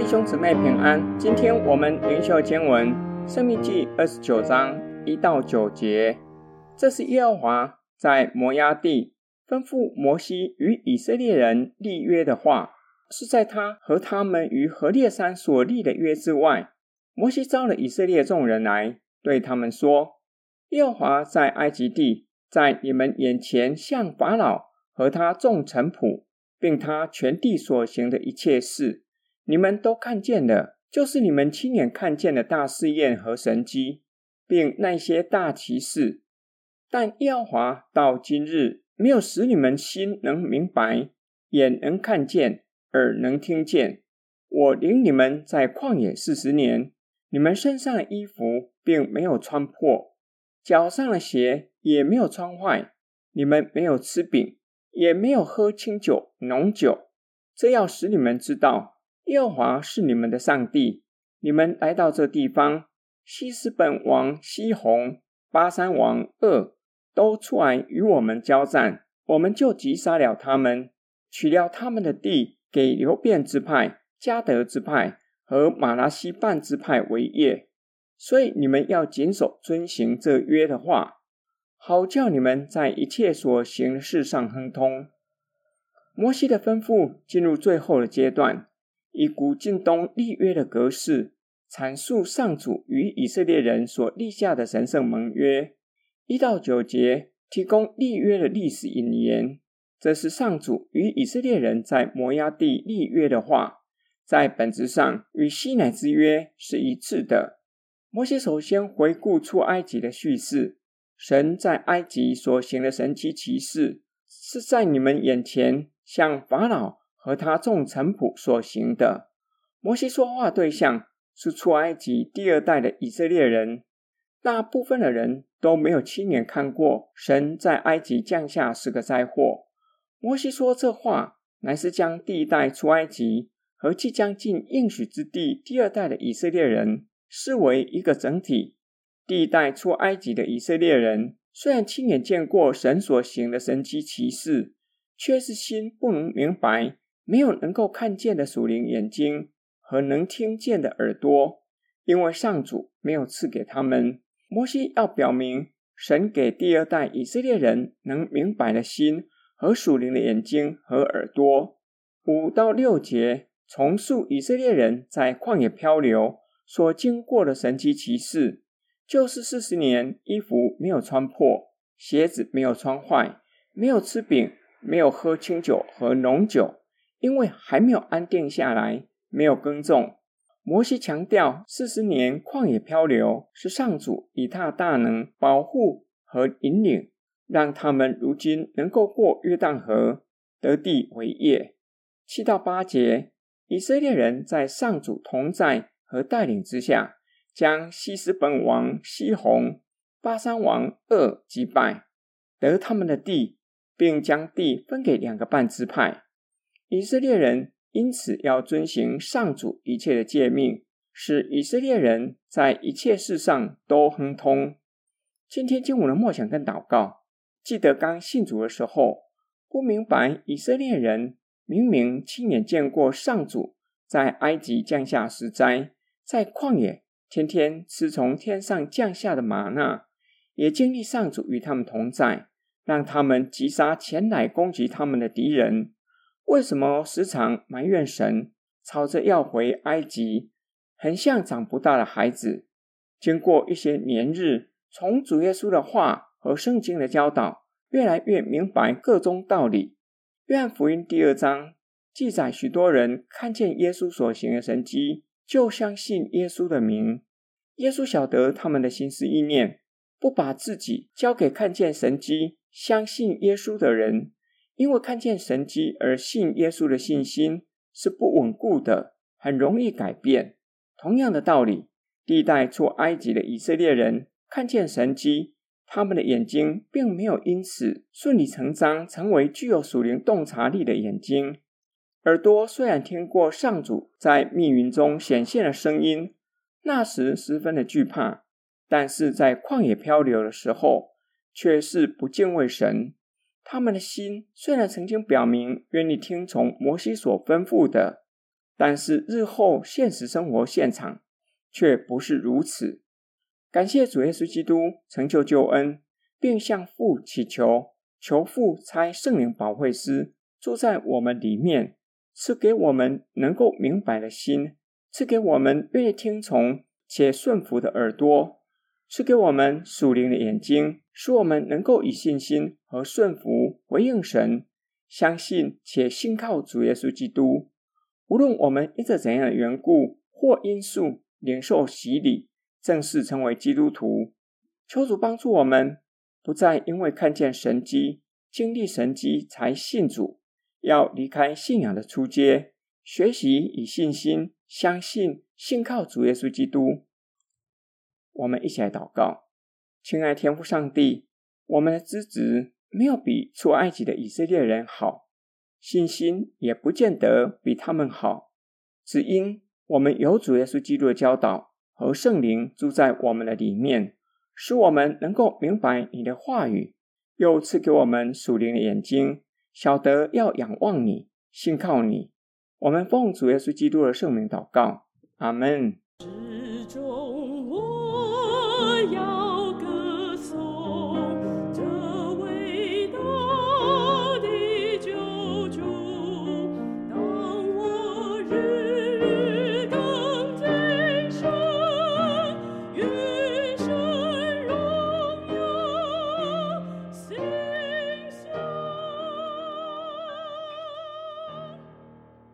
弟兄姊妹平安，今天我们灵修经文申命记29章1到9节。这是耶和华在摩押地吩咐摩西与以色列人立约的话，是在他和他们于何烈山所立的约之外。摩西召了以色列众人来，对他们说：耶和华在埃及地，在你们眼前向法老和他众臣仆，并他全地所行的一切事，你们都看见了，就是你们亲眼看见的大试验和神迹，并那些大奇事。但耶和华到今日没有使你们心能明白，眼能看见，耳能听见。我领你们在旷野40年，你们身上的衣服并没有穿破，脚上的鞋也没有穿坏，你们没有吃饼，也没有喝清酒浓酒，这要使你们知道耶和华是你们的上帝。你们来到这地方，希实本王西宏、巴珊王噩都出来与我们交战，我们就击杀了他们，取了他们的地，给流便支派、迦得支派和马拿西半支派为业。所以你们要谨守遵行这约的话，好叫你们在一切所行的事上亨通。摩西的吩咐进入最后的阶段，以古近东立约的格式，阐述上主与以色列人所立下的神圣盟约。1到9节提供立约的历史引言，这是上主与以色列人在摩押地立约的话，在本质上与西乃之约是一致的。摩西首先回顾出埃及的叙事，神在埃及所行的神奇奇事，是在你们眼前向法老和他众臣仆所行的。摩西说话对象是出埃及第2代的以色列人，大部分的人都没有亲眼看过神在埃及降下10个灾祸。摩西说这话，乃是将第1代出埃及和即将进应许之地第2代的以色列人视为一个整体。第1代出埃及的以色列人虽然亲眼见过神所行的神奇奇事，却是心不能明白，没有能够看见的属灵眼睛和能听见的耳朵，因为上主没有赐给他们。摩西要表明神给第2代以色列人能明白的心和属灵的眼睛和耳朵。5到6节重述以色列人在旷野漂流所经过的神奇奇事，就是40年衣服没有穿破，鞋子没有穿坏，没有吃饼，没有喝清酒和浓酒，因为还没有安定下来，没有耕种。摩西强调40年旷野漂流是上主以他大能保护和引领，让他们如今能够过约旦河，得地为业。7到8节以色列人在上主同在和带领之下，将希实本王西宏、巴珊王噩击败，得他们的地，并将地分给2个半支派。以色列人因此要遵行上主一切的诫命，使以色列人在一切事上都亨通。今天经文的默想跟祷告，记得刚信主的时候，不明白以色列人明明亲眼见过上主在埃及降下10灾，在旷野天天吃从天上降下的玛纳，也经历上主与他们同在，让他们击杀前来攻击他们的敌人。为什么时常埋怨神，吵着要回埃及，很像长不大的孩子？经过一些年日，从主耶稣的话和圣经的教导，越来越明白各种道理。约翰福音第2章记载许多人看见耶稣所行的神迹，就相信耶稣的名。耶稣晓得他们的心思意念，不把自己交给看见神迹、相信耶稣的人，因为看见神迹而信耶稣的信心是不稳固的，很容易改变。同样的道理，第1代出埃及的以色列人看见神迹，他们的眼睛并没有因此顺理成章成为具有属灵洞察力的眼睛。耳朵虽然听过上主在密云中显现的声音，那时十分的惧怕，但是在旷野漂流的时候，却是不敬畏神。他们的心虽然曾经表明愿意听从摩西所吩咐的， 但是日后现实生活现场却不是如此。感谢主耶稣基督成就救恩，并向父祈求，求父差圣灵保惠师住在我们里面，赐给我们能够明白的心，赐给我们愿意听从且顺服的耳朵，赐给我们属灵的眼睛，使我们能够以信心和顺服回应神，相信且信靠主耶稣基督。无论我们因着怎样的缘故或因素领受洗礼，正式成为基督徒，求主帮助我们，不再因为看见神迹、经历神迹才信主，要离开信仰的初阶，学习以信心相信信靠主耶稣基督。我们一起来祷告。亲爱天父上帝，我们的资质没有比出埃及的以色列人好，信心也不见得比他们好，只因我们有主耶稣基督的教导和圣灵住在我们的里面，使我们能够明白你的话语，又赐给我们属灵的眼睛，晓得要仰望你，信靠你。我们奉主耶稣基督的圣名祷告，阿们。